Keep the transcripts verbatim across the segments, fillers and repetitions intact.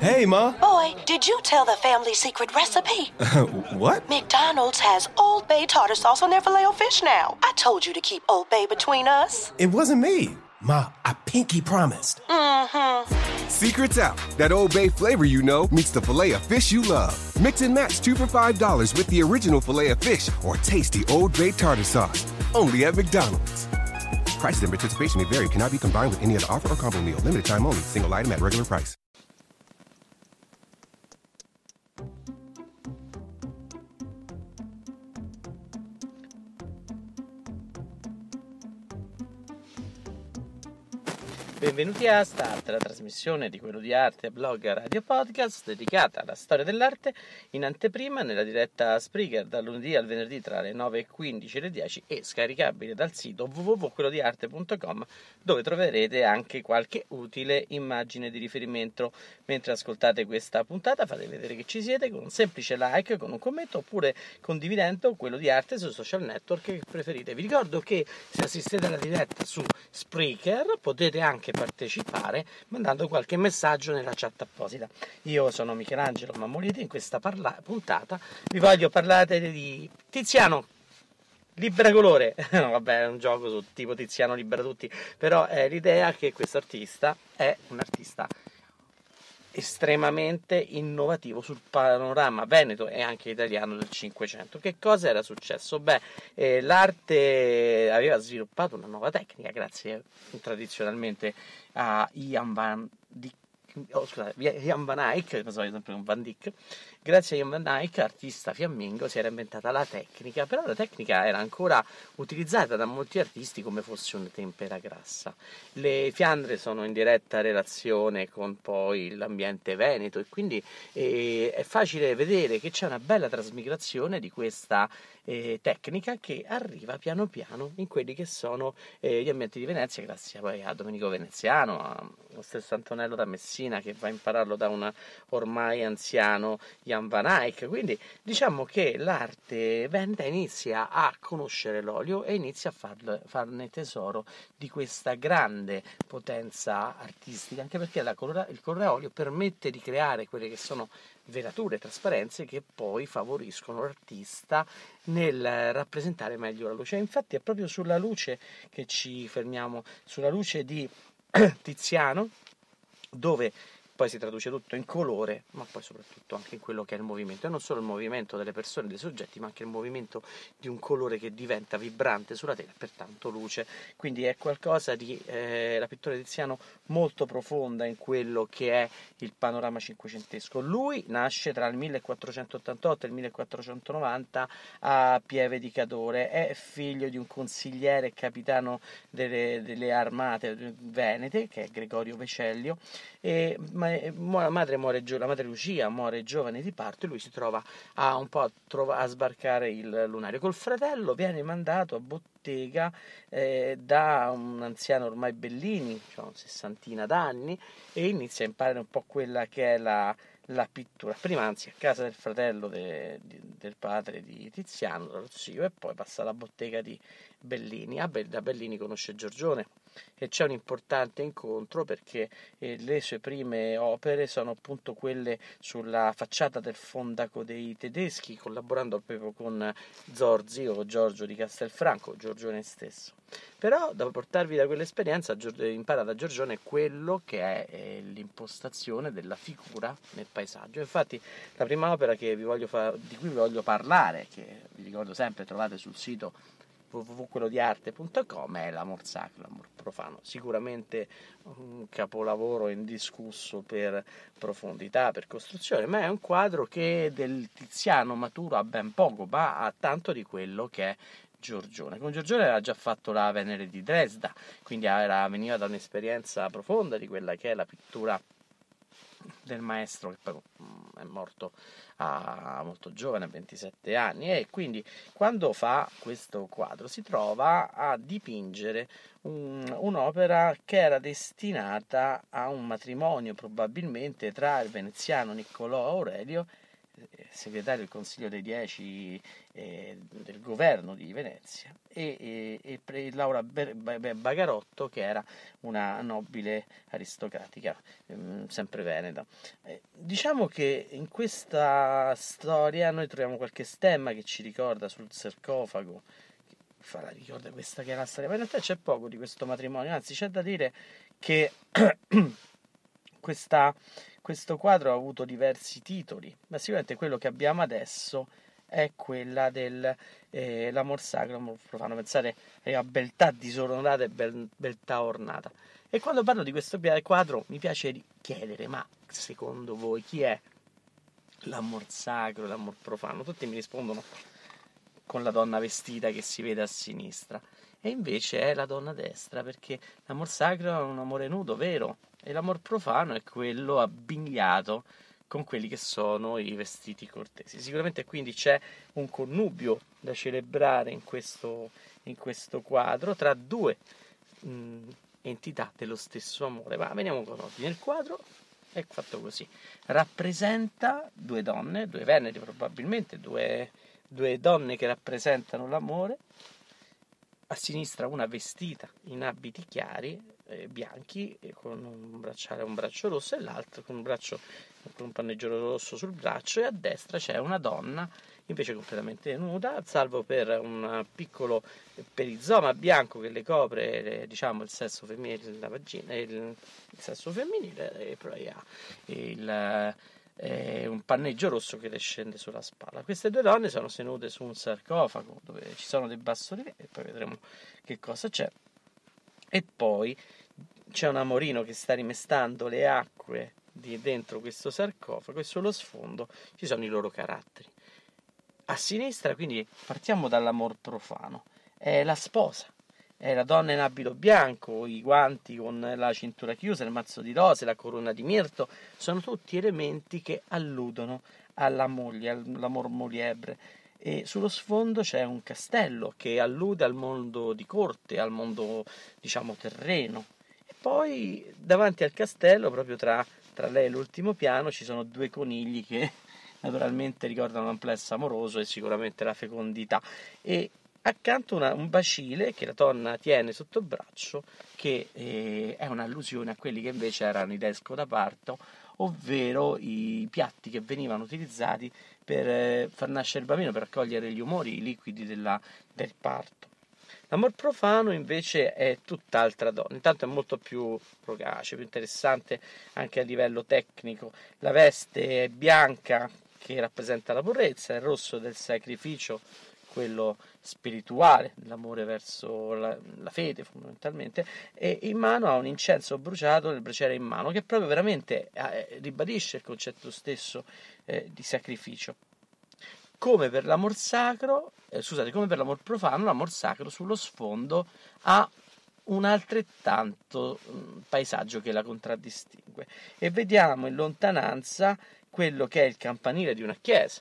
Hey, Ma. Boy, did you tell the family secret recipe? What? McDonald's has Old Bay tartar sauce on their Filet-O-Fish now. I told you to keep Old Bay between us. It wasn't me. Ma, I pinky promised. Mm-hmm. Secret's out. That Old Bay flavor you know meets the Filet-O-Fish you love. Mix and match two for five dollars with the original Filet-O-Fish or tasty Old Bay tartar sauce. Only at McDonald's. Prices and participation may vary. Cannot be combined with any other offer or combo meal. Limited time only. Single item at regular price. Benvenuti a Start, la trasmissione di Quello di Arte, blog, radio, podcast dedicata alla storia dell'arte in anteprima nella diretta Spreaker dal lunedì al venerdì tra le nove e quindici e le dieci e scaricabile dal sito w w w punto quello di arte punto com, dove troverete anche qualche utile immagine di riferimento. Mentre ascoltate questa puntata fate vedere che ci siete con un semplice like, con un commento oppure condividendo Quello di Arte sui social network che preferite. Vi ricordo che se assistete alla diretta su Spreaker potete anche partecipare mandando qualche messaggio nella chat apposita. Io sono Michelangelo Mammoliti e in questa parla- puntata vi voglio parlare di Tiziano Libera Colore. No, vabbè, è un gioco su tipo Tiziano Libera Tutti, però è l'idea che questo artista è un artista estremamente innovativo sul panorama veneto e anche italiano del Cinquecento. Che cosa era successo? Beh, eh, l'arte aveva sviluppato una nuova tecnica grazie tradizionalmente a Jan van Dijk. Oh, scusate, Jan van Eyck, non so, sempre un Van Dyck. Grazie a Jan van Eyck, artista fiammingo, si era inventata la tecnica, però la tecnica era ancora utilizzata da molti artisti come fosse una tempera grassa. Le Fiandre sono in diretta relazione con poi l'ambiente veneto e quindi eh, è facile vedere che c'è una bella trasmigrazione di questa eh, tecnica che arriva piano piano in quelli che sono eh, gli ambienti di Venezia, grazie poi a Domenico Veneziano, allo stesso Antonello da Messina che va a impararlo da un ormai anziano Jan van Eyck. Quindi diciamo che l'arte veneta inizia a conoscere l'olio e inizia a farlo, farne tesoro di questa grande potenza artistica, anche perché la colora, il colore a olio permette di creare quelle che sono velature, trasparenze che poi favoriscono l'artista nel rappresentare meglio la luce. Infatti è proprio sulla luce che ci fermiamo, sulla luce di Tiziano, dove poi si traduce tutto in colore, ma poi soprattutto anche in quello che è il movimento, e non solo il movimento delle persone, dei soggetti, ma anche il movimento di un colore che diventa vibrante sulla tela, pertanto luce. Quindi è qualcosa di eh, la pittura di Tiziano molto profonda in quello che è il panorama cinquecentesco. Lui nasce tra il millequattrocentottantotto e il millequattrocentonovanta a Pieve di Cadore, è figlio di un consigliere e capitano delle, delle armate venete, che è Gregorio Vecellio, e la madre muore giovane, la madre Lucia muore giovane di parto e lui si trova a un po' a, trova, a sbarcare il lunario. Col fratello viene mandato a bottega eh, da un anziano ormai Bellini, cioè una sessantina d'anni, e inizia a imparare un po' quella che è la, la pittura. Prima anzi a casa del fratello de, de, del padre di Tiziano, dallo zio, e poi passa alla bottega di Bellini. A Be- da Bellini conosce Giorgione e c'è un importante incontro perché eh, le sue prime opere sono appunto quelle sulla facciata del Fondaco dei Tedeschi, collaborando proprio con Zorzi o Giorgio di Castelfranco, Giorgione stesso. Però dopo portarvi da quell'esperienza impara da Giorgione quello che è eh, l'impostazione della figura nel paesaggio. Infatti la prima opera che vi voglio fa- di cui vi voglio parlare, che vi ricordo sempre trovate sul sito w w w punto quello di arte punto com, è l'Amor Sacro, l'Amor Profano, sicuramente un capolavoro indiscusso per profondità, per costruzione, ma è un quadro che del Tiziano maturo ha ben poco, ma ha tanto di quello che è Giorgione. Con Giorgione aveva già fatto la Venere di Dresda, quindi era, veniva da un'esperienza profonda di quella che è la pittura del maestro, che poi è morto a molto giovane, a ventisette anni, e quindi quando fa questo quadro si trova a dipingere un, un'opera che era destinata a un matrimonio probabilmente tra il veneziano Niccolò Aurelio segretario del Consiglio dei Dieci eh, del governo di Venezia, e, e, e pre- Laura Ber- Bagarotto, che era una nobile aristocratica, ehm, sempre veneta. Eh, diciamo che in questa storia noi troviamo qualche stemma che ci ricorda sul sarcofago, che fa la ricorda questa che è la storia, ma in realtà c'è poco di questo matrimonio, anzi c'è da dire che questa Questo quadro ha avuto diversi titoli, ma sicuramente quello che abbiamo adesso è quella del eh, l'amor sacro, l'amor profano. Pensate a beltà disornata e bel, beltà ornata. E quando parlo di questo quadro mi piace chiedere, ma secondo voi chi è l'amor sacro, l'amor profano? Tutti mi rispondono con la donna vestita che si vede a sinistra, e invece è la donna a destra, perché l'amor sacro è un amore nudo, vero? E l'amor profano è quello abbigliato con quelli che sono i vestiti cortesi. Sicuramente quindi c'è un connubio da celebrare in questo, in questo quadro tra due mh, entità dello stesso amore. Ma veniamo con ordine. Il quadro è fatto così: rappresenta due donne, due veneri probabilmente, due, due donne che rappresentano l'amore. A sinistra una vestita in abiti chiari, eh, bianchi, e con un bracciale un braccio rosso, e l'altro con un braccio con un panneggio rosso sul braccio, e a destra c'è una donna invece completamente nuda, salvo per un piccolo perizoma bianco che le copre, eh, diciamo, il sesso femminile, la vagina, il, il sesso femminile, e poi ha il eh, un panneggio rosso che le scende sulla spalla. Queste due donne sono sedute su un sarcofago dove ci sono dei bassorilievi, e poi vedremo che cosa c'è. E poi c'è un amorino che sta rimestando le acque di dentro questo sarcofago, e sullo sfondo ci sono i loro caratteri. A sinistra, quindi partiamo dall'amor profano, è la sposa. È la donna in abito bianco, i guanti con la cintura chiusa, il mazzo di rose, la corona di mirto, sono tutti elementi che alludono alla moglie, all'amor muliebre. E sullo sfondo c'è un castello che allude al mondo di corte, al mondo, diciamo, terreno. E poi davanti al castello, proprio tra, tra lei e l'ultimo piano, ci sono due conigli che naturalmente ricordano l'amplesso amoroso e sicuramente la fecondità. E accanto una, un bacile che la donna tiene sotto braccio, che eh, è un'allusione a quelli che invece erano i desco da parto, ovvero i piatti che venivano utilizzati per eh, far nascere il bambino, per raccogliere gli umori, i liquidi della, del parto. L'amor profano invece è tutt'altra donna, intanto è molto più procace, più interessante anche a livello tecnico. La veste è bianca, che rappresenta la purezza, il rosso del sacrificio, quello spirituale, l'amore verso la, la fede fondamentalmente, e in mano ha un incenso bruciato nel braciere in mano, che proprio veramente eh, ribadisce il concetto stesso eh, di sacrificio. Come per l'amor sacro, eh, scusate, come per l'amor profano, l'amor sacro sullo sfondo ha un altrettanto mh, paesaggio che la contraddistingue, e vediamo in lontananza quello che è il campanile di una chiesa,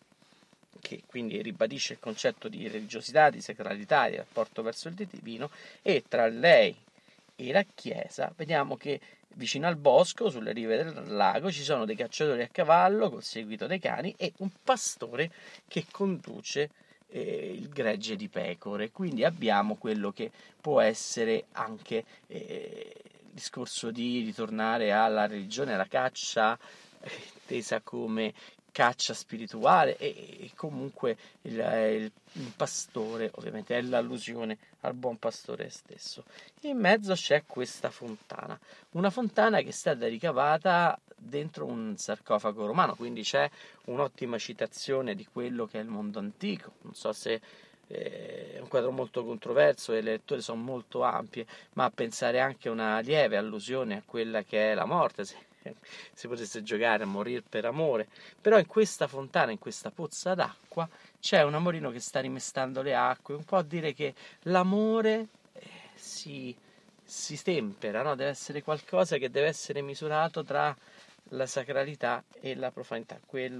che quindi ribadisce il concetto di religiosità, di sacralità, di rapporto verso il divino, e tra lei e la chiesa vediamo che vicino al bosco, sulle rive del lago, ci sono dei cacciatori a cavallo col seguito dei cani e un pastore che conduce eh, il gregge di pecore. Quindi abbiamo quello che può essere anche eh, il discorso di ritornare alla religione, alla caccia, intesa come caccia spirituale, e, e comunque il, il, il pastore ovviamente è l'allusione al buon pastore stesso. In mezzo c'è questa fontana, una fontana che è stata ricavata dentro un sarcofago romano, quindi c'è un'ottima citazione di quello che è il mondo antico. Non so se eh, è un quadro molto controverso e le letture sono molto ampie, ma a pensare anche a una lieve allusione a quella che è la morte, se si potesse giocare a morire per amore. Però in questa fontana, in questa pozza d'acqua, c'è un amorino che sta rimestando le acque, un po' a dire che l'amore eh, si, si tempera, no? Deve essere qualcosa che deve essere misurato tra la sacralità e la profanità. Quello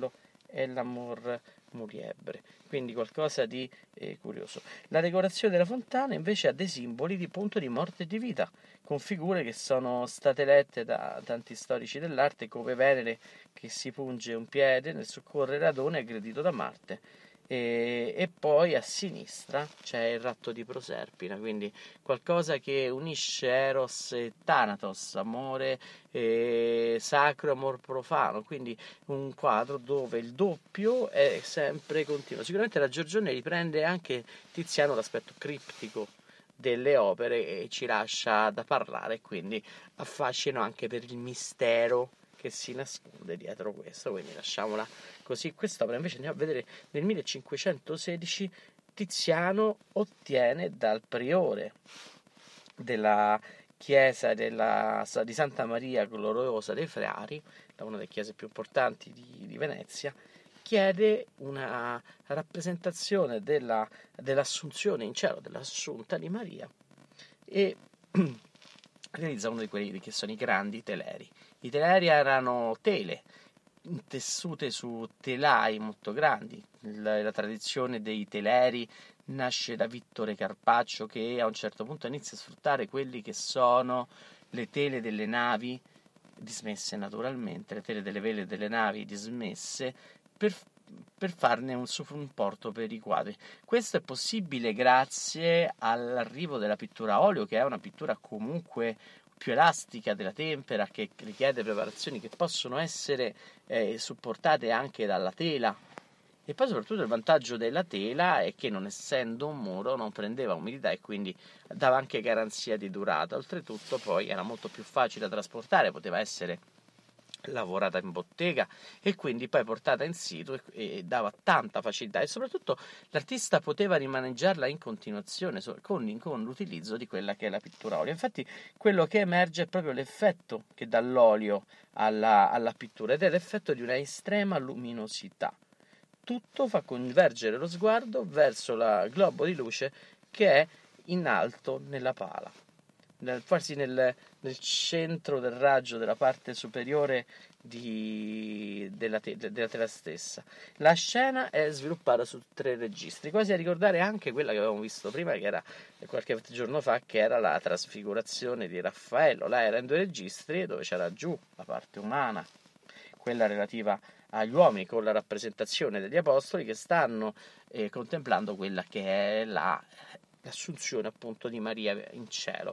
e l'Amour Muliebre, quindi qualcosa di eh, curioso. La decorazione della fontana invece ha dei simboli di punto di morte e di vita, con figure che sono state lette da tanti storici dell'arte come Venere che si punge un piede nel soccorrere Adone aggredito da Marte. E, e poi a sinistra c'è il ratto di Proserpina, quindi qualcosa che unisce Eros e Thanatos, amore eh, sacro e amor profano, quindi un quadro dove il doppio è sempre continuo. Sicuramente la Giorgione riprende anche Tiziano l'aspetto criptico delle opere e ci lascia da parlare, quindi affascino anche per il mistero che si nasconde dietro questo, quindi lasciamola così. Quest'opera invece andiamo a vedere nel millecinquecentosedici Tiziano ottiene dal priore della chiesa della, di Santa Maria Gloriosa dei Frari, da una delle chiese più importanti di, di Venezia, chiede una rappresentazione della, dell'assunzione in cielo, dell'assunta di Maria, e realizza uno di quelli che sono i grandi teleri. I teleri erano tele tessute su telai molto grandi. La, la tradizione dei teleri nasce da Vittore Carpaccio, che a un certo punto inizia a sfruttare quelli che sono le tele delle navi dismesse naturalmente, le tele delle vele delle navi dismesse per, per farne un supporto per i quadri. Questo è possibile grazie all'arrivo della pittura a olio, che è una pittura comunque più elastica della tempera, che richiede preparazioni che possono essere eh, supportate anche dalla tela. E poi soprattutto il vantaggio della tela è che, non essendo un muro, non prendeva umidità e quindi dava anche garanzia di durata. Oltretutto poi era molto più facile da trasportare, poteva essere lavorata in bottega e quindi poi portata in situ e, e dava tanta facilità, e soprattutto l'artista poteva rimaneggiarla in continuazione con, con l'utilizzo di quella che è la pittura a olio. Infatti quello che emerge è proprio l'effetto che dà l'olio alla, alla pittura, ed è l'effetto di una estrema luminosità. Tutto fa convergere lo sguardo verso il globo di luce che è in alto nella pala, nel, quasi nel, nel centro del raggio della parte superiore di, della, te, della tela stessa. La scena è sviluppata su tre registri, quasi a ricordare anche quella che avevamo visto prima, che era qualche giorno fa, che era la trasfigurazione di Raffaello. Là era in due registri, dove c'era giù la parte umana, quella relativa agli uomini, con la rappresentazione degli apostoli che stanno eh, contemplando quella che è la, l'assunzione appunto di Maria in cielo.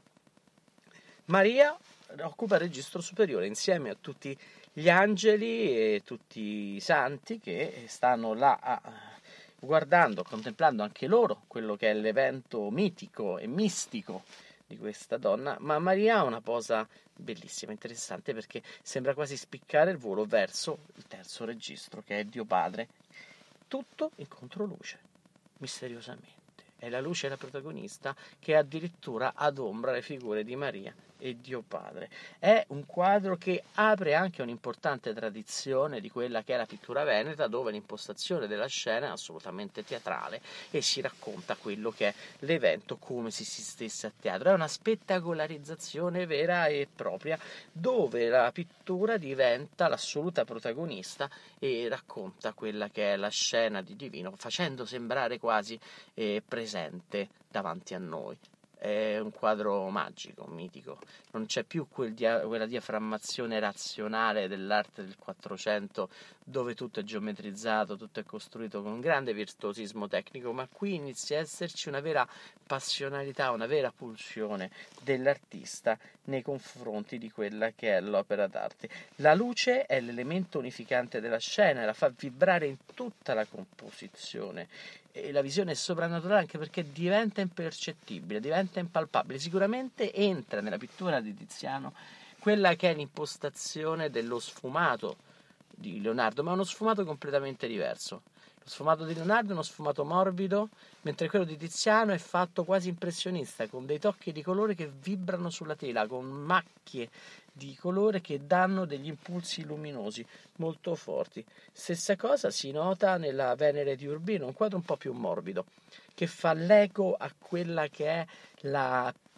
Maria occupa il registro superiore insieme a tutti gli angeli e tutti i santi che stanno là a, guardando, contemplando anche loro quello che è l'evento mitico e mistico di questa donna. Ma Maria ha una posa bellissima, interessante, perché sembra quasi spiccare il volo verso il terzo registro, che è Dio Padre, tutto in controluce, misteriosamente. È la luce la protagonista, che addirittura adombra le figure di Maria e Dio Padre. È un quadro che apre anche un'importante tradizione di quella che è la pittura veneta, dove l'impostazione della scena è assolutamente teatrale e si racconta quello che è l'evento come se si stesse a teatro. È una spettacolarizzazione vera e propria, dove la pittura diventa l'assoluta protagonista e racconta quella che è la scena di divino, facendo sembrare quasi eh, presente davanti a noi. È un quadro magico, mitico. Non c'è più quel dia- quella diaframmazione razionale dell'arte del Quattrocento, dove tutto è geometrizzato, tutto è costruito con grande virtuosismo tecnico, ma qui inizia a esserci una vera passionalità, una vera pulsione dell'artista nei confronti di quella che è l'opera d'arte. La luce è l'elemento unificante della scena, la fa vibrare in tutta la composizione. E la visione è soprannaturale anche perché diventa impercettibile, diventa impalpabile. Sicuramente entra nella pittura di Tiziano quella che è l'impostazione dello sfumato di Leonardo, ma uno sfumato completamente diverso. Lo sfumato di Leonardo è uno sfumato morbido, mentre quello di Tiziano è fatto quasi impressionista, con dei tocchi di colore che vibrano sulla tela, con macchie di colore che danno degli impulsi luminosi molto forti. Stessa cosa si nota nella Venere di Urbino, un quadro un po' più morbido, che fa l'eco a quella che è la pittura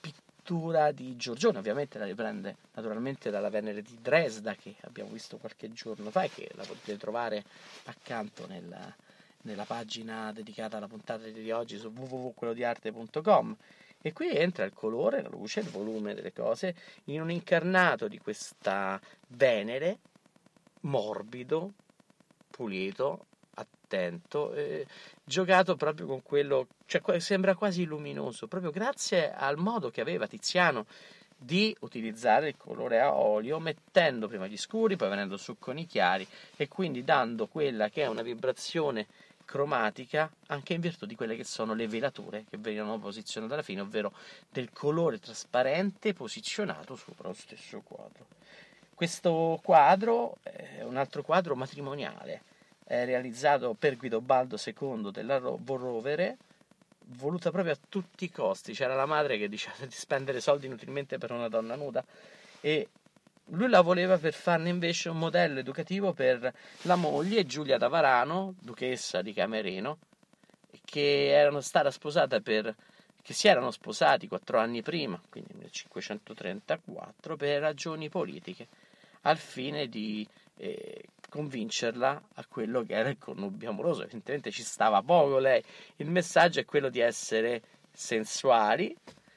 cultura di Giorgione. Ovviamente la riprende naturalmente dalla Venere di Dresda, che abbiamo visto qualche giorno fa e che la potete trovare accanto nella, nella pagina dedicata alla puntata di oggi su w w w punto quello di arte punto com. E qui entra il colore, la luce, il volume delle cose in un incarnato di questa Venere morbido, pulito, attento, eh, giocato proprio con quello, cioè sembra quasi luminoso, proprio grazie al modo che aveva Tiziano di utilizzare il colore a olio, mettendo prima gli scuri, poi venendo su con i chiari, e quindi dando quella che è una vibrazione cromatica anche in virtù di quelle che sono le velature che venivano posizionate alla fine, ovvero del colore trasparente posizionato sopra lo stesso quadro. Questo quadro è un altro quadro matrimoniale, è realizzato per Guidobaldo secondo della Rovere, voluta proprio a tutti i costi. C'era la madre che diceva di spendere soldi inutilmente per una donna nuda, e lui la voleva per farne invece un modello educativo per la moglie Giulia da Varano, duchessa di Camerino, che erano stata sposata per che si erano sposati quattro anni prima, quindi nel cinquecentotrentaquattro, per ragioni politiche, al fine di eh, convincerla a quello che era il connubio amoroso. Evidentemente ci stava poco lei. Il messaggio è quello di essere sensuali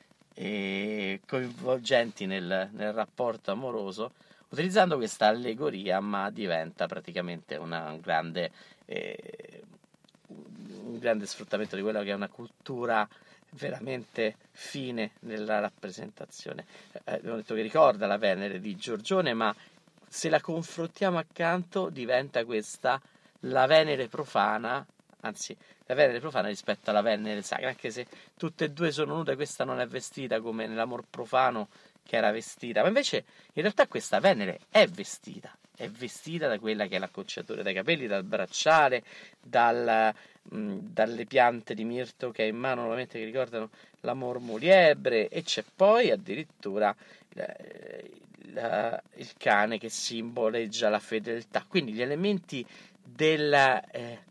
e coinvolgenti nel, nel rapporto amoroso, utilizzando questa allegoria, ma diventa praticamente una, un grande eh, un grande sfruttamento di quella che è una cultura veramente fine nella rappresentazione. Eh, abbiamo detto che ricorda la Venere di Giorgione, ma se la confrontiamo accanto diventa questa la Venere profana, anzi la Venere profana rispetto alla Venere sacra, anche se tutte e due sono nude. Questa non è vestita come nell'amor profano, che era vestita, ma invece in realtà questa Venere è vestita, è vestita da quella che è l'acconciatura dei capelli, dal bracciale, dal, mh, dalle piante di mirto che ha in mano, nuovamente, che ricordano l'amor muliebre, e c'è poi addirittura eh, la, il cane che simboleggia la fedeltà. Quindi gli elementi della, eh,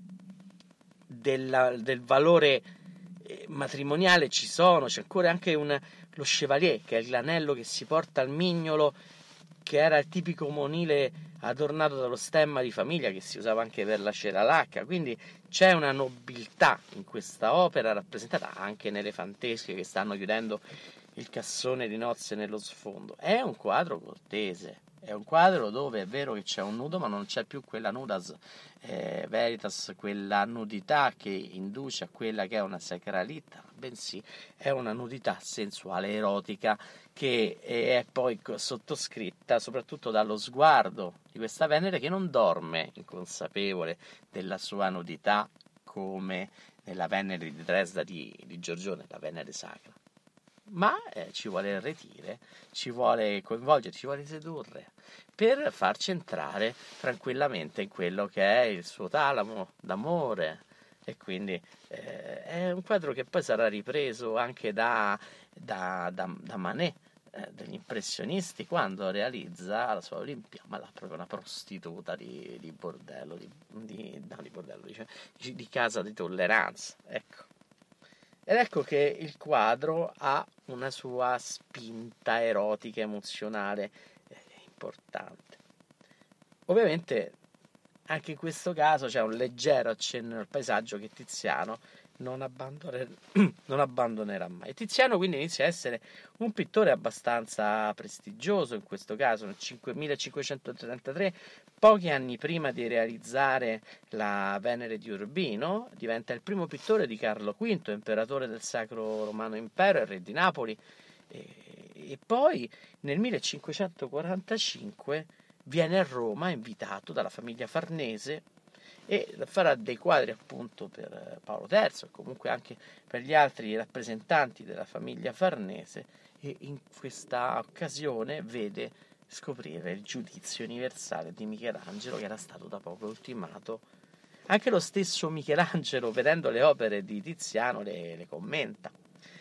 della, del valore eh, matrimoniale ci sono. C'è ancora anche un, lo chevalier, che è l'anello che si porta al mignolo, che era il tipico monile adornato dallo stemma di famiglia che si usava anche per la cera lacca. Quindi c'è una nobiltà in questa opera, rappresentata anche nelle fantesche che stanno chiudendo il cassone di nozze nello sfondo. È un quadro cortese, è un quadro dove è vero che c'è un nudo, ma non c'è più quella nudas eh, veritas, quella nudità che induce a quella che è una sacralità, bensì è una nudità sensuale, erotica, che è poi sottoscritta soprattutto dallo sguardo di questa Venere, che non dorme inconsapevole della sua nudità come nella Venere di Dresda di, di Giorgione, la Venere sacra. Ma eh, ci vuole irretire, ci vuole coinvolgere, ci vuole sedurre per farci entrare tranquillamente in quello che è il suo talamo d'amore. E quindi eh, è un quadro che poi sarà ripreso anche da, da, da, da Manet, eh, degli impressionisti, quando realizza la sua Olimpia, ma là proprio una prostituta di, di bordello, di, di, no, di bordello, dice, di, di casa di tolleranza, ecco. Ed ecco che il quadro ha una sua spinta erotica, emozionale eh, importante. Ovviamente anche in questo caso c'è un leggero accenno al paesaggio che Tiziano non abbandonerà, non abbandonerà mai. Tiziano quindi inizia a essere un pittore abbastanza prestigioso, in questo caso nel millecinquecentotrentatré, pochi anni prima di realizzare la Venere di Urbino. Diventa il primo pittore di Carlo quinto, imperatore del Sacro Romano Impero e re di Napoli, e, e poi nel millecinquecentoquarantacinque viene a Roma invitato dalla famiglia Farnese e farà dei quadri appunto per Paolo terzo e comunque anche per gli altri rappresentanti della famiglia Farnese, e in questa occasione vede scoprire il giudizio universale di Michelangelo, che era stato da poco ultimato. Anche lo stesso Michelangelo, vedendo le opere di Tiziano, le, le commenta,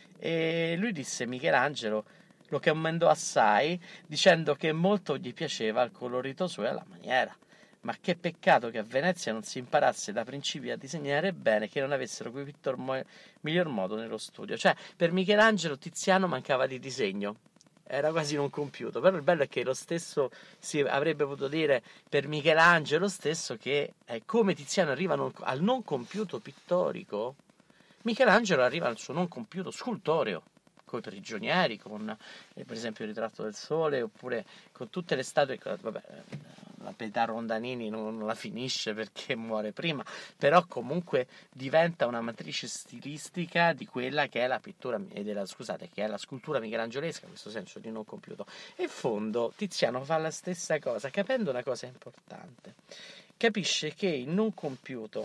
e lui disse: Michelangelo lo commendò assai, dicendo che molto gli piaceva il colorito suo e la maniera. ma che peccato che a Venezia non si imparasse da principi a disegnare bene, che non avessero quel pittor mo- miglior modo nello studio. Cioè, per Michelangelo Tiziano mancava di disegno, era quasi non compiuto, però il bello è che lo stesso si avrebbe potuto dire per Michelangelo stesso, che eh, come Tiziano arriva non- al non compiuto pittorico, Michelangelo arriva al suo non compiuto scultoreo, con i prigionieri, con eh, per esempio il ritratto del sole, oppure con tutte le statue. Vabbè, la Pietà Rondanini non, non la finisce perché muore prima, però comunque diventa una matrice stilistica di quella che è la pittura, eh, della, scusate, che è la scultura michelangiolesca, in questo senso di non compiuto. E in fondo Tiziano fa la stessa cosa, capendo una cosa importante. Capisce che il non compiuto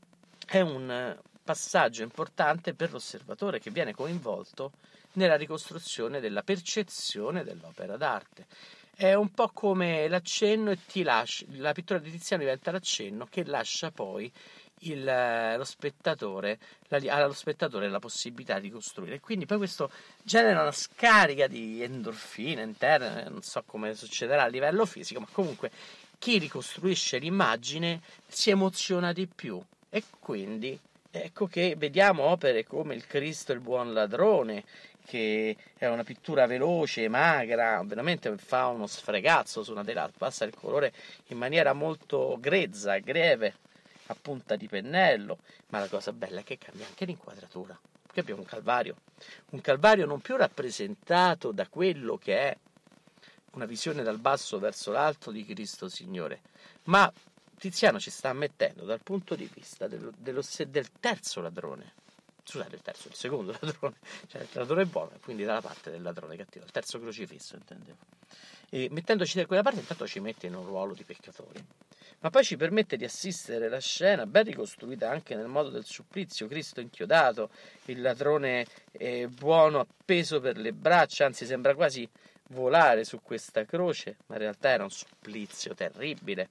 è un passaggio importante per l'osservatore che viene coinvolto nella ricostruzione della percezione dell'opera d'arte. È un po' come l'accenno e ti lascia, la pittura di Tiziano diventa l'accenno che lascia poi il, lo spettatore, la, allo spettatore la possibilità di costruire. Quindi poi questo genera una scarica di endorfine interne, non so come succederà a livello fisico, ma comunque chi ricostruisce l'immagine si emoziona di più, e quindi ecco che vediamo opere come Il Cristo e il buon ladrone, che è una pittura veloce, magra, veramente fa uno sfregazzo su una tela, passa il colore in maniera molto grezza, greve, a punta di pennello, ma la cosa bella è che cambia anche l'inquadratura. Qui abbiamo un Calvario, un Calvario non più rappresentato da quello che è una visione dal basso verso l'alto di Cristo Signore, ma Tiziano ci sta mettendo dal punto di vista dello, dello, del terzo ladrone, scusate, il terzo, il secondo ladrone, cioè il ladrone buono, quindi dalla parte del ladrone cattivo, il terzo crocifisso, intendevo. E mettendoci da quella parte, intanto ci mette in un ruolo di peccatori, ma poi ci permette di assistere la scena ben ricostruita anche nel modo del supplizio, Cristo inchiodato, il ladrone eh, buono appeso per le braccia, anzi sembra quasi volare su questa croce, ma in realtà era un supplizio terribile.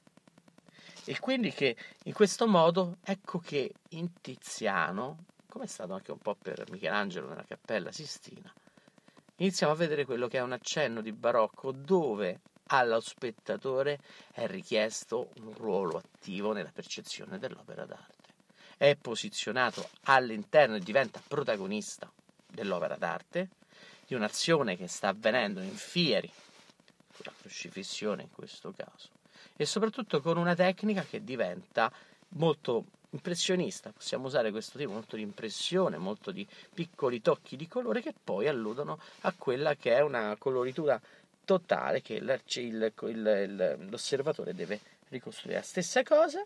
E quindi che in questo modo, ecco che in Tiziano, come è stato anche un po' per Michelangelo nella Cappella Sistina, iniziamo a vedere quello che è un accenno di barocco, dove allo spettatore è richiesto un ruolo attivo nella percezione dell'opera d'arte. È posizionato all'interno e diventa protagonista dell'opera d'arte, di un'azione che sta avvenendo in fieri, la crocifissione in questo caso, e soprattutto con una tecnica che diventa molto impressionista, possiamo usare questo tipo molto di impressione, molto di piccoli tocchi di colore che poi alludono a quella che è una coloritura totale che il, il, il, l'osservatore deve ricostruire. La stessa cosa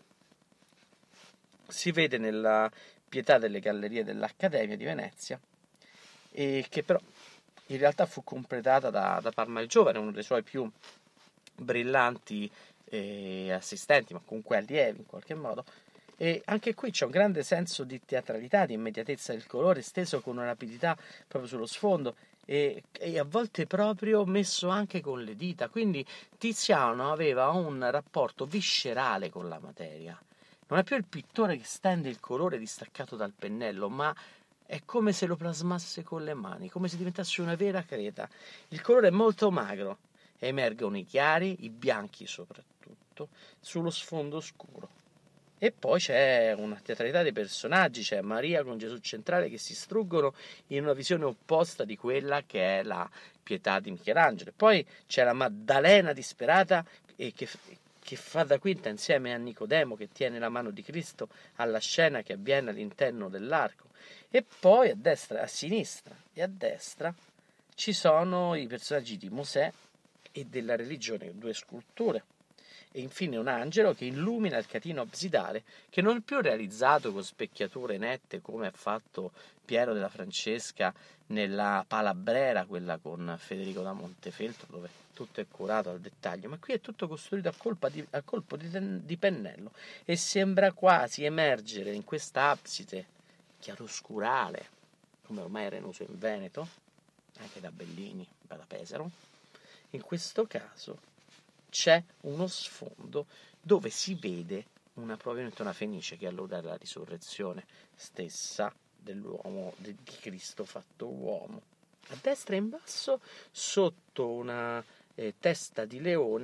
si vede nella Pietà delle Gallerie dell'Accademia di Venezia, e che però in realtà fu completata da, da Parma il Giovane, uno dei suoi più brillanti eh, assistenti, ma comunque allievi in qualche modo. E anche qui c'è un grande senso di teatralità, di immediatezza del colore, steso con una rapidità proprio sullo sfondo, e, e a volte proprio messo anche con le dita. Quindi Tiziano aveva un rapporto viscerale con la materia. Non è più il pittore che stende il colore distaccato dal pennello, ma è come se lo plasmasse con le mani, come se diventasse una vera creta. Il colore è molto magro, emergono i chiari, i bianchi soprattutto, sullo sfondo scuro. E poi c'è una teatralità dei personaggi, c'è Maria con Gesù centrale che si struggono in una visione opposta di quella che è la Pietà di Michelangelo. E poi c'è la Maddalena disperata e che, che fa da quinta insieme a Nicodemo che tiene la mano di Cristo alla scena che avviene all'interno dell'arco. E poi a destra, a sinistra e a destra ci sono i personaggi di Mosè e della religione, due sculture. E infine un angelo che illumina il catino absidale, che non è più realizzato con specchiature nette come ha fatto Piero della Francesca nella Palabrera, quella con Federico da Montefeltro, dove tutto è curato al dettaglio, ma qui è tutto costruito a, colpa di, a colpo di, di pennello, e sembra quasi emergere in questa abside chiaroscurale, come ormai è renoso in Veneto, anche da Bellini, da Pesaro. In questo caso c'è uno sfondo dove si vede una, probabilmente una fenice che allude alla risurrezione stessa dell'uomo, di Cristo fatto uomo. A destra e in basso, sotto una eh, testa di leone,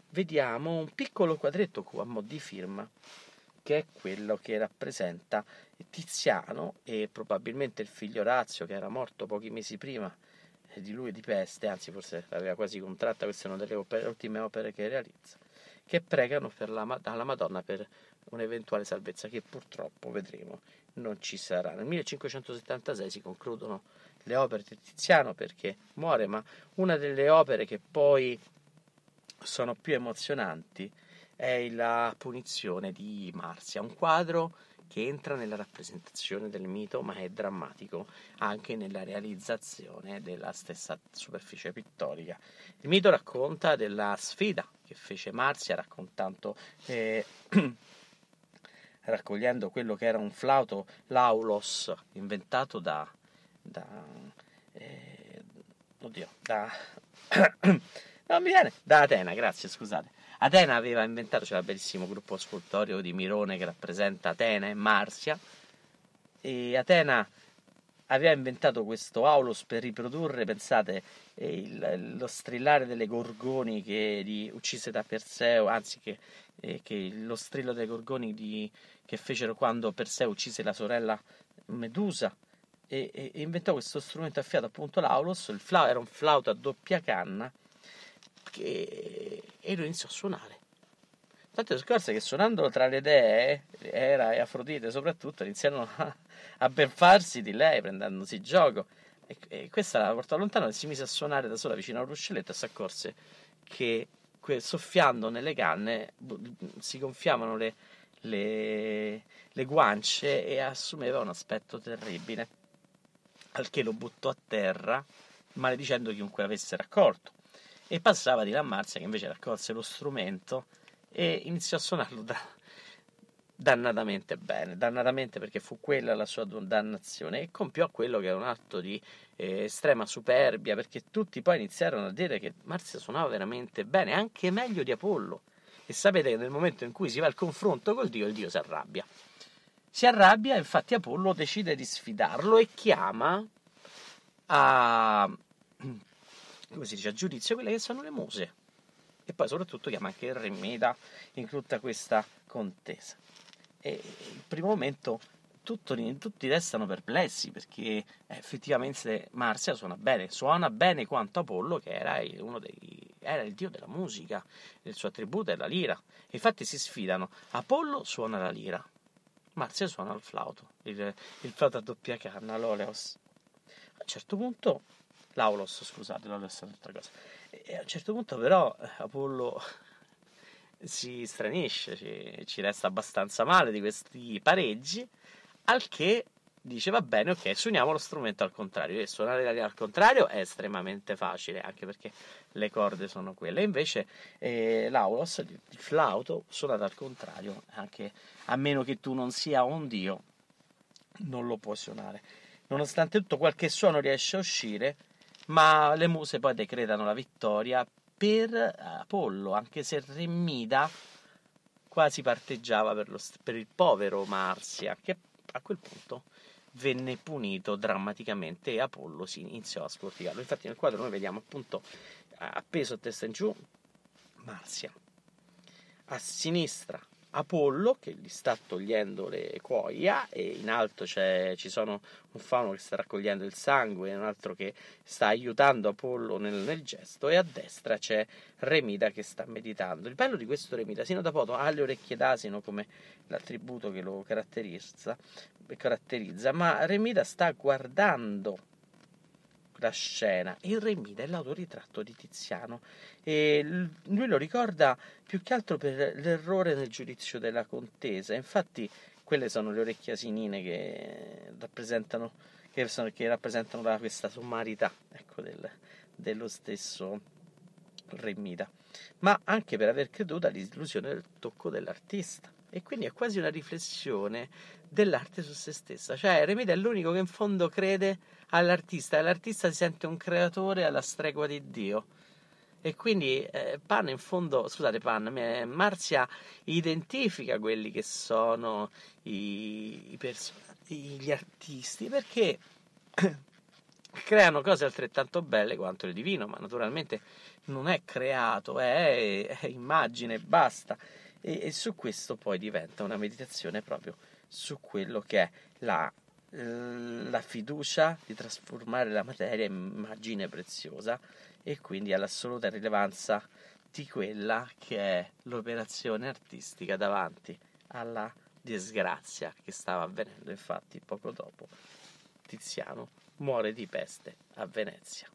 vediamo un piccolo quadretto a mo' di firma, che è quello che rappresenta Tiziano e probabilmente il figlio Orazio, che era morto pochi mesi prima di lui di peste, anzi forse l'aveva quasi contratta, queste sono delle opere, le ultime opere che realizza, che pregano per la, alla Madonna per un'eventuale salvezza, che purtroppo vedremo non ci sarà. Nel millecinquecentosettantasei si concludono le opere di Tiziano perché muore, ma una delle opere che poi sono più emozionanti è la punizione di Marzia, un quadro che entra nella rappresentazione del mito, ma è drammatico anche nella realizzazione della stessa superficie pittorica. Il mito racconta della sfida che fece Marzia raccontando eh, raccogliendo quello che era un flauto laulos inventato da da eh, oddio da non mi viene da Atena, grazie, scusate. Atena aveva inventato, c'era un bellissimo gruppo scultoreo di Mirone che rappresenta Atena e Marzia, e Atena aveva inventato questo aulos per riprodurre, pensate, il, lo strillare delle gorgoni che di, uccise da Perseo, anzi che, eh, che lo strillo delle gorgoni di, che fecero quando Perseo uccise la sorella Medusa, e, e, e inventò questo strumento a fiato, appunto l'aulos. Il flauto era un flauto a doppia canna, che, e lo iniziò a suonare. Tanto il discorso è che suonandolo tra le dee, Era e Afrodite soprattutto, iniziarono a, a beffarsi di lei, prendendosi gioco, e, e questa la portò lontano e si mise a suonare da sola vicino al ruscelletto, e si accorse che que, soffiando nelle canne si gonfiavano le, le, le guance e assumeva un aspetto terribile, al che lo buttò a terra, maledicendo chiunque l'avesse raccolto, e passava di là Marzia, che invece raccolse lo strumento e iniziò a suonarlo da, dannatamente bene, dannatamente, perché fu quella la sua dannazione, e compiò quello che era un atto di eh, estrema superbia, perché tutti poi iniziarono a dire che Marzia suonava veramente bene, anche meglio di Apollo, e sapete che nel momento in cui si va al confronto col dio, il dio si arrabbia. Si arrabbia, e infatti Apollo decide di sfidarlo e chiama a, come si dice, a giudizio quelle che sono le muse, e poi soprattutto chiama anche il re Mida in tutta questa contesa. E il primo momento tutto, tutti restano perplessi, perché effettivamente Marzia suona bene, suona bene quanto Apollo, che era uno dei, era il dio della musica, il suo attributo è la lira. Infatti si sfidano: Apollo suona la lira, Marzia suona il flauto, il, il flauto a doppia canna, l'oleos. A un certo punto, l'aulos, scusate, l'oleos è un'altra cosa. E a un certo punto però Apollo si stranisce, ci, ci resta abbastanza male di questi pareggi, al che dice: va bene, ok, suoniamo lo strumento al contrario. E suonare la lira al contrario è estremamente facile, anche perché le corde sono quelle. Invece eh, l'aulos, il flauto, suonato al contrario, anche a meno che tu non sia un dio, non lo puoi suonare. Nonostante tutto, qualche suono riesce a uscire, ma le muse poi decretano la vittoria per Apollo, anche se re Mida quasi parteggiava per, lo, per il povero Marzia, che a quel punto venne punito drammaticamente, e Apollo si iniziò a scorticarlo. Infatti nel quadro noi vediamo appunto appeso a testa in giù Marzia, a sinistra Apollo che gli sta togliendo le cuoia, e in alto c'è, ci sono un fauno che sta raccogliendo il sangue e un altro che sta aiutando Apollo nel, nel gesto, e a destra c'è re Mida che sta meditando. Il bello di questo re Mida, sino da poco, ha le orecchie d'asino come l'attributo che lo caratterizza, caratterizza ma re Mida sta guardando la scena. Il re Mida è l'autoritratto di Tiziano, e lui lo ricorda più che altro per l'errore nel giudizio della contesa. Infatti quelle sono le orecchie asinine che rappresentano che, sono, che rappresentano la, questa sommarità, ecco, del, dello stesso re Mida, ma anche per aver creduto all'illusione del tocco dell'artista. E quindi è quasi una riflessione dell'arte su se stessa, cioè re Mida è l'unico che in fondo crede all'artista, e l'artista si sente un creatore alla stregua di Dio. E quindi eh, Pan in fondo, scusate Pan, eh, Marzia identifica quelli che sono i, i personaggi, gli artisti, perché creano cose altrettanto belle quanto il divino, ma naturalmente non è creato, è, è immagine, basta. E, e su questo poi diventa una meditazione proprio su quello che è la, la fiducia di trasformare la materia in immagine preziosa, e quindi all'assoluta rilevanza di quella che è l'operazione artistica davanti alla disgrazia che stava avvenendo. Infatti poco dopo Tiziano muore di peste a Venezia.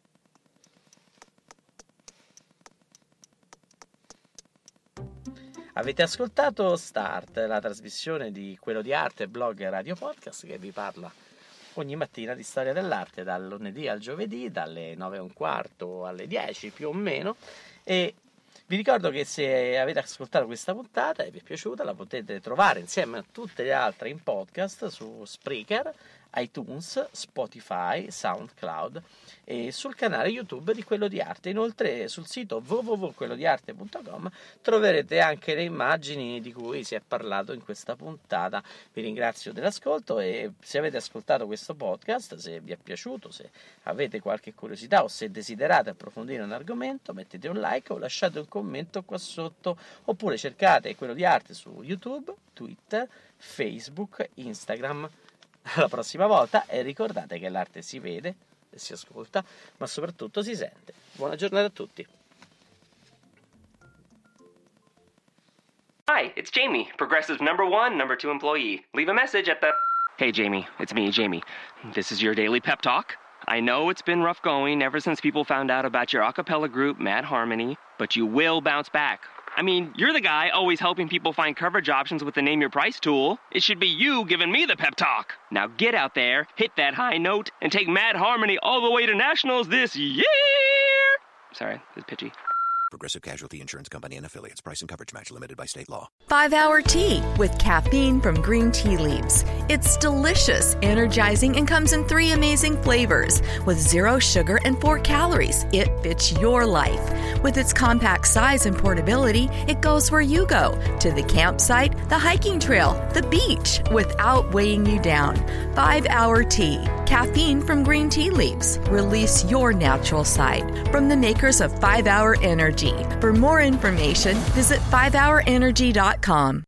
Avete ascoltato Start, la trasmissione di Quello di Arte, blog e radio podcast, che vi parla ogni mattina di storia dell'arte, dal lunedì al giovedì, dalle nove e un quarto alle dieci più o meno. E vi ricordo che se avete ascoltato questa puntata e vi è piaciuta, la potete trovare insieme a tutte le altre in podcast su Spreaker, iTunes, Spotify, SoundCloud e sul canale YouTube di Quello di Arte. Inoltre sul sito w w w punto quello di arte punto com troverete anche le immagini di cui si è parlato in questa puntata. Vi ringrazio dell'ascolto, e se avete ascoltato questo podcast, se vi è piaciuto, se avete qualche curiosità o se desiderate approfondire un argomento, mettete un like o lasciate un commento qua sotto, oppure cercate Quello di Arte su YouTube, Twitter, Facebook, Instagram. Alla prossima volta, e ricordate che l'arte si vede e si ascolta, ma soprattutto si sente. Buona giornata a tutti. Hi, it's Jamie, Progressive's number one, number two employee. Leave a message at the... Hey, Jamie, it's me, Jamie. This is your daily pep talk. I know it's been rough going ever since people found out about your a cappella group, Mad Harmony, but you will bounce back. I mean, you're the guy always helping people find coverage options with the Name Your Price tool. It should be you giving me the pep talk. Now get out there, hit that high note, and take Mad Harmony all the way to nationals this year! Sorry, it's pitchy. Progressive Casualty Insurance Company and Affiliates. Price and coverage match limited by state law. five hour Tea with caffeine from green tea leaves. It's delicious, energizing, and comes in three amazing flavors. With zero sugar and four calories, it fits your life. With its compact size and portability, it goes where you go. To the campsite, the hiking trail, the beach, without weighing you down. five hour Tea. Caffeine from green tea leaves. Release your natural side. From the makers of five hour Energy. For more information, visit five hour energy dot com.